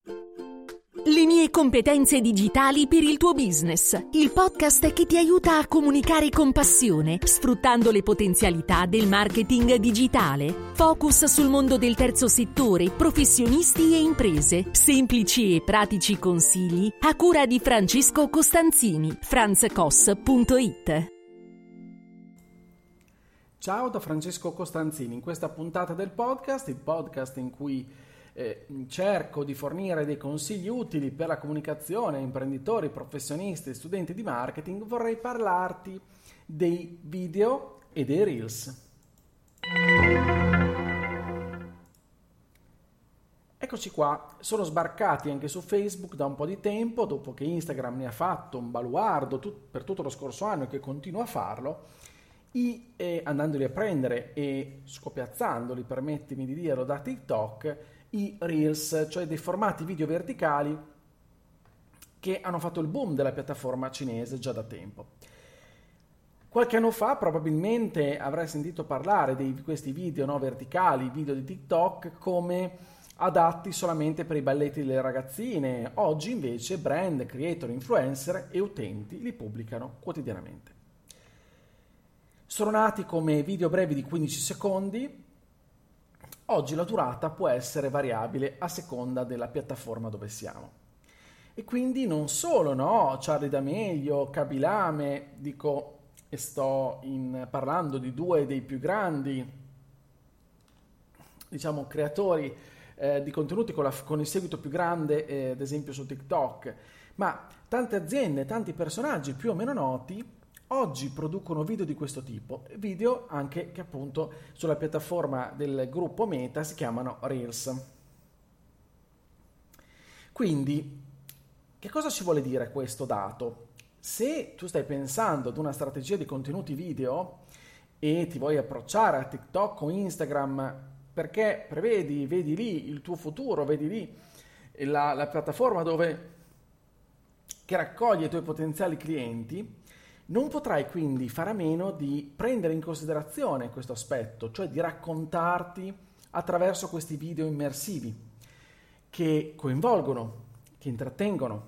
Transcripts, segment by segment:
Le mie competenze digitali per il tuo business. Il podcast che ti aiuta a comunicare con passione, sfruttando le potenzialità del marketing digitale. Focus sul mondo del terzo settore, professionisti e imprese. Semplici e pratici consigli a cura di Francesco Costanzini. franzcos.it. Ciao da Francesco Costanzini. In questa puntata del podcast, il podcast in cui cerco di fornire dei consigli utili per la comunicazione a imprenditori, professionisti e studenti di marketing, vorrei parlarti dei video e dei reels. Eccoci qua, sono sbarcati anche su Facebook da un po' di tempo, dopo che Instagram ne ha fatto un baluardo per tutto lo scorso anno e che continua a farlo, andandoli a prendere e scopiazzandoli, permettimi di dirlo, da TikTok, i Reels, cioè dei formati video verticali che hanno fatto il boom della piattaforma cinese già da tempo. Qualche anno fa probabilmente avrai sentito parlare di questi video verticali, video di TikTok, come adatti solamente per i balletti delle ragazzine. Oggi invece brand, creator, influencer e utenti li pubblicano quotidianamente. Sono nati come video brevi di 15 secondi. Oggi la durata può essere variabile a seconda della piattaforma dove siamo. E quindi non solo, Charli D'Amelio, Kabilame, parlando di due dei più grandi, creatori di contenuti con il seguito più grande, ad esempio su TikTok, ma tante aziende, tanti personaggi più o meno noti oggi producono video di questo tipo, video anche che appunto sulla piattaforma del gruppo Meta si chiamano Reels. Quindi, che cosa ci vuole dire questo dato? Se tu stai pensando ad una strategia di contenuti video e ti vuoi approcciare a TikTok o Instagram perché vedi lì il tuo futuro, vedi lì la piattaforma che raccoglie i tuoi potenziali clienti, non potrai quindi fare a meno di prendere in considerazione questo aspetto, cioè di raccontarti attraverso questi video immersivi che coinvolgono, che intrattengono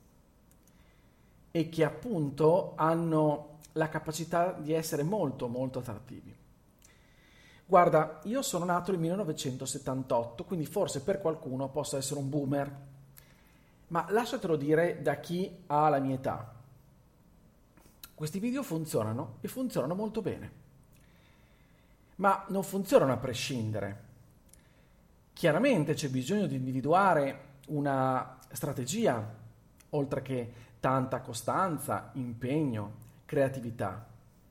e che appunto hanno la capacità di essere molto molto attrattivi. Guarda, io sono nato nel 1978, quindi forse per qualcuno posso essere un boomer, ma lasciatelo dire da chi ha la mia età. Questi video funzionano e funzionano molto bene, ma non funzionano a prescindere. Chiaramente c'è bisogno di individuare una strategia, oltre che tanta costanza, impegno, creatività.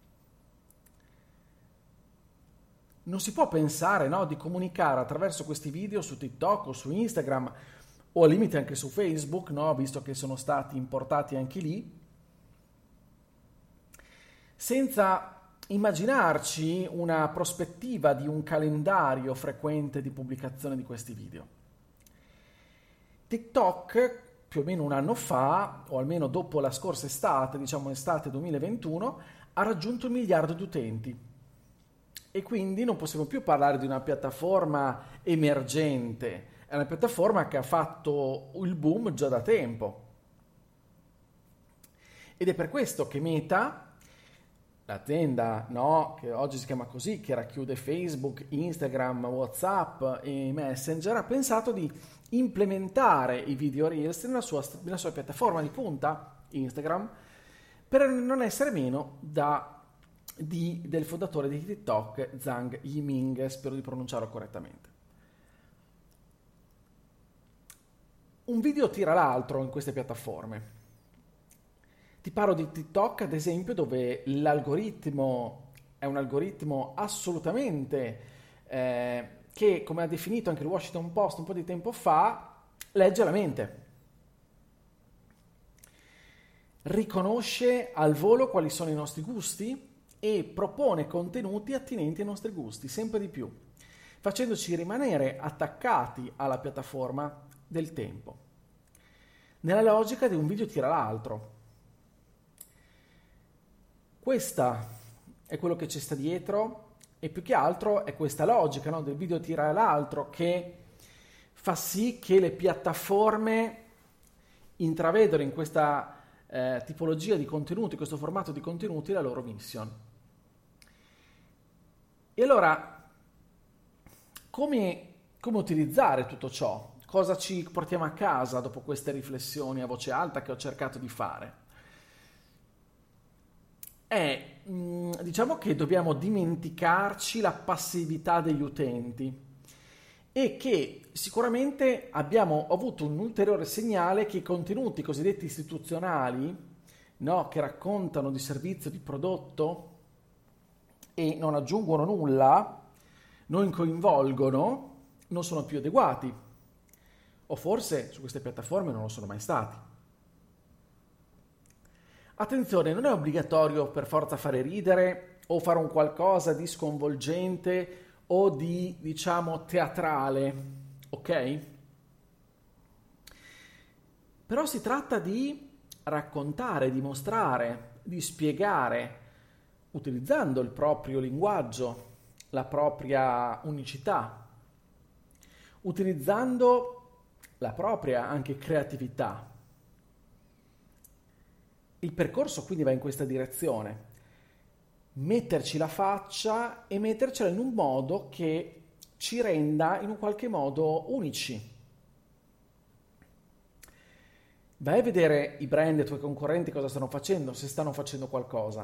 Non si può pensare, di comunicare attraverso questi video su TikTok o su Instagram o al limite anche su Facebook, visto che sono stati importati anche lì, senza immaginarci una prospettiva di un calendario frequente di pubblicazione di questi video. TikTok, più o meno un anno fa, o almeno dopo la scorsa estate, estate 2021, ha raggiunto 1 miliardo di utenti. E quindi non possiamo più parlare di una piattaforma emergente, è una piattaforma che ha fatto il boom già da tempo. Ed è per questo che Meta, l'azienda che oggi si chiama così, che racchiude Facebook, Instagram, WhatsApp e Messenger, ha pensato di implementare i video Reels nella sua piattaforma di punta, Instagram, per non essere meno del fondatore di TikTok, Zhang Yiming, spero di pronunciarlo correttamente. Un video tira l'altro in queste piattaforme. Ti parlo di TikTok, ad esempio, dove l'algoritmo è un algoritmo assolutamente che, come ha definito anche il Washington Post un po' di tempo fa, legge la mente. Riconosce al volo quali sono i nostri gusti e propone contenuti attinenti ai nostri gusti, sempre di più, facendoci rimanere attaccati alla piattaforma del tempo, nella logica di un video tira l'altro. Questa è quello che ci sta dietro e più che altro è questa logica del video tira l'altro che fa sì che le piattaforme intravedono in questa tipologia di contenuti, questo formato di contenuti, la loro mission. E allora, come utilizzare tutto ciò? Cosa ci portiamo a casa dopo queste riflessioni a voce alta che ho cercato di fare? Diciamo che dobbiamo dimenticarci la passività degli utenti e che sicuramente abbiamo avuto un ulteriore segnale che i contenuti cosiddetti istituzionali, no, che raccontano di servizio, di prodotto e non aggiungono nulla, non coinvolgono, non sono più adeguati, o forse su queste piattaforme non lo sono mai stati. Attenzione, non è obbligatorio per forza fare ridere o fare un qualcosa di sconvolgente o di, diciamo, teatrale, ok? Però si tratta di raccontare, di mostrare, di spiegare, utilizzando il proprio linguaggio, la propria unicità, utilizzando la propria anche creatività. Il percorso quindi va in questa direzione. Metterci la faccia e mettercela in un modo che ci renda in un qualche modo unici. Vai a vedere i brand e i tuoi concorrenti cosa stanno facendo, se stanno facendo qualcosa.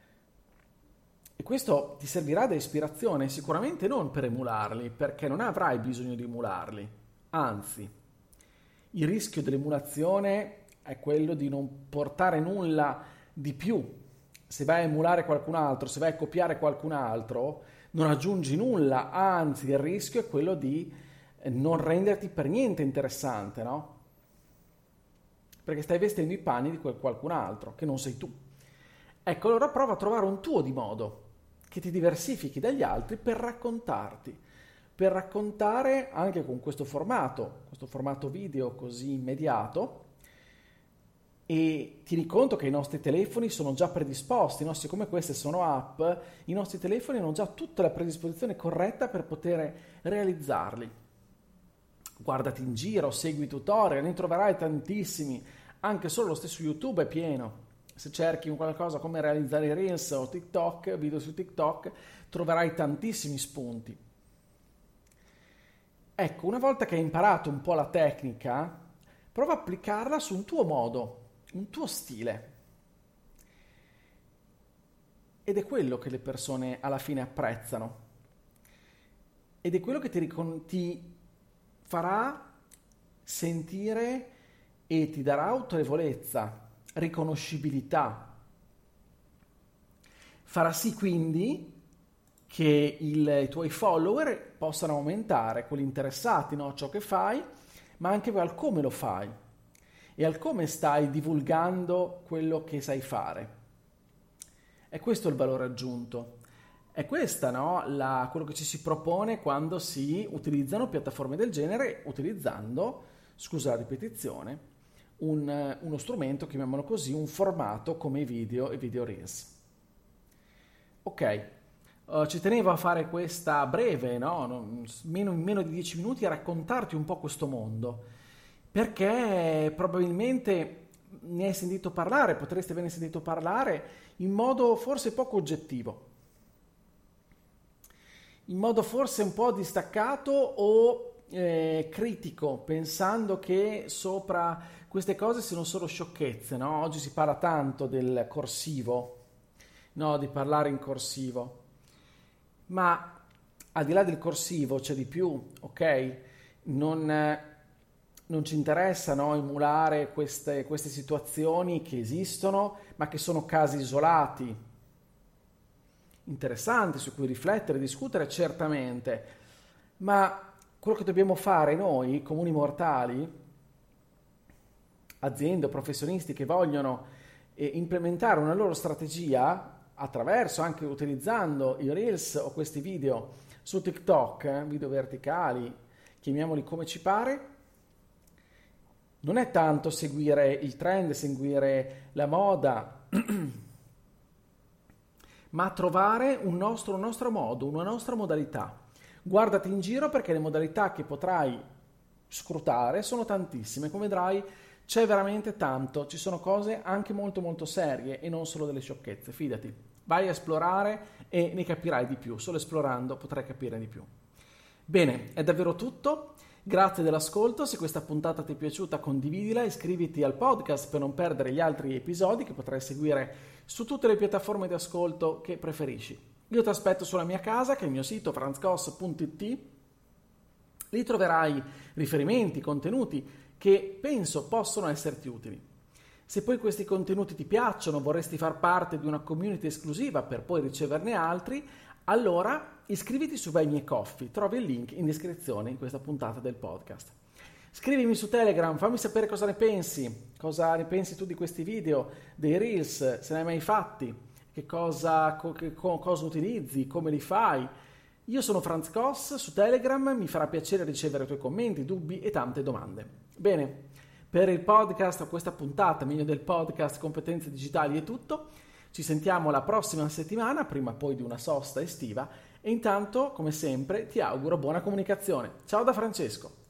E questo ti servirà da ispirazione, sicuramente non per emularli, perché non avrai bisogno di emularli. Anzi, il rischio dell'emulazione è quello di non portare nulla di più. Se vai a emulare qualcun altro, se vai a copiare qualcun altro, non aggiungi nulla, anzi il rischio è quello di non renderti per niente interessante, no? Perché stai vestendo i panni di quel qualcun altro, che non sei tu. Ecco, allora prova a trovare un tuo di modo, che ti diversifichi dagli altri per raccontarti, per raccontare anche con questo formato video così immediato. E tieni conto che i nostri telefoni sono già predisposti, no? Siccome queste sono app, i nostri telefoni hanno già tutta la predisposizione corretta per poter realizzarli. Guardati in giro, segui tutorial, ne troverai tantissimi, anche solo lo stesso YouTube è pieno. Se cerchi un qualcosa come realizzare i Reels o TikTok, video su TikTok, troverai tantissimi spunti. Ecco, una volta che hai imparato un po' la tecnica, prova a applicarla su un tuo modo, un tuo stile. Ed è quello che le persone alla fine apprezzano. Ed è quello che ti farà sentire e ti darà autorevolezza, riconoscibilità. Farà sì quindi che i tuoi follower possano aumentare, quelli interessati, no, a ciò che fai, ma anche al come lo fai e al come stai divulgando quello che sai fare. È questo il valore aggiunto. È questa, no, quello che ci si propone quando si utilizzano piattaforme del genere, utilizzando, scusa la ripetizione, uno strumento, chiamiamolo così, un formato come i video e video reels. Ok, ci tenevo a fare questa breve, no, in meno di 10 minuti, a raccontarti un po' questo mondo, perché probabilmente ne hai sentito parlare, potresti averne sentito parlare in modo forse poco oggettivo, in modo forse un po' distaccato o critico, pensando che sopra queste cose siano solo sciocchezze, no? Oggi si parla tanto del corsivo, no, di parlare in corsivo, ma al di là del corsivo c'è di più, ok? Non ci interessa, no, emulare queste situazioni che esistono, ma che sono casi isolati, interessanti, su cui riflettere, discutere certamente, ma quello che dobbiamo fare noi, comuni mortali, aziende o professionisti che vogliono implementare una loro strategia attraverso, anche utilizzando i Reels o questi video su TikTok, video verticali, chiamiamoli come ci pare, non è tanto seguire il trend, seguire la moda, ma trovare un nostro modo, una nostra modalità. Guardati in giro, perché le modalità che potrai scrutare, sono tantissime, come vedrai c'è veramente tanto, ci sono cose anche molto molto serie e non solo delle sciocchezze, fidati, vai a esplorare e ne capirai di più, solo esplorando potrai capire di più. Bene, è davvero tutto, grazie dell'ascolto, se questa puntata ti è piaciuta condividila, iscriviti al podcast per non perdere gli altri episodi che potrai seguire su tutte le piattaforme di ascolto che preferisci. Io ti aspetto sulla mia casa, che è il mio sito franzcos.it, lì troverai riferimenti, contenuti che penso possono esserti utili. Se poi questi contenuti ti piacciono, vorresti far parte di una community esclusiva per poi riceverne altri, allora iscriviti su Buy Me Coffee, trovi il link in descrizione in questa puntata del podcast. Scrivimi su Telegram, fammi sapere cosa ne pensi tu di questi video, dei Reels, se ne hai mai fatti, che cosa utilizzi, come li fai. Io sono Franz Cos, su Telegram mi farà piacere ricevere i tuoi commenti, dubbi e tante domande. Bene, per il podcast, questa puntata, meglio del podcast Competenze Digitali è tutto. Ci sentiamo la prossima settimana, prima poi di una sosta estiva, e intanto, come sempre, ti auguro buona comunicazione. Ciao da Francesco!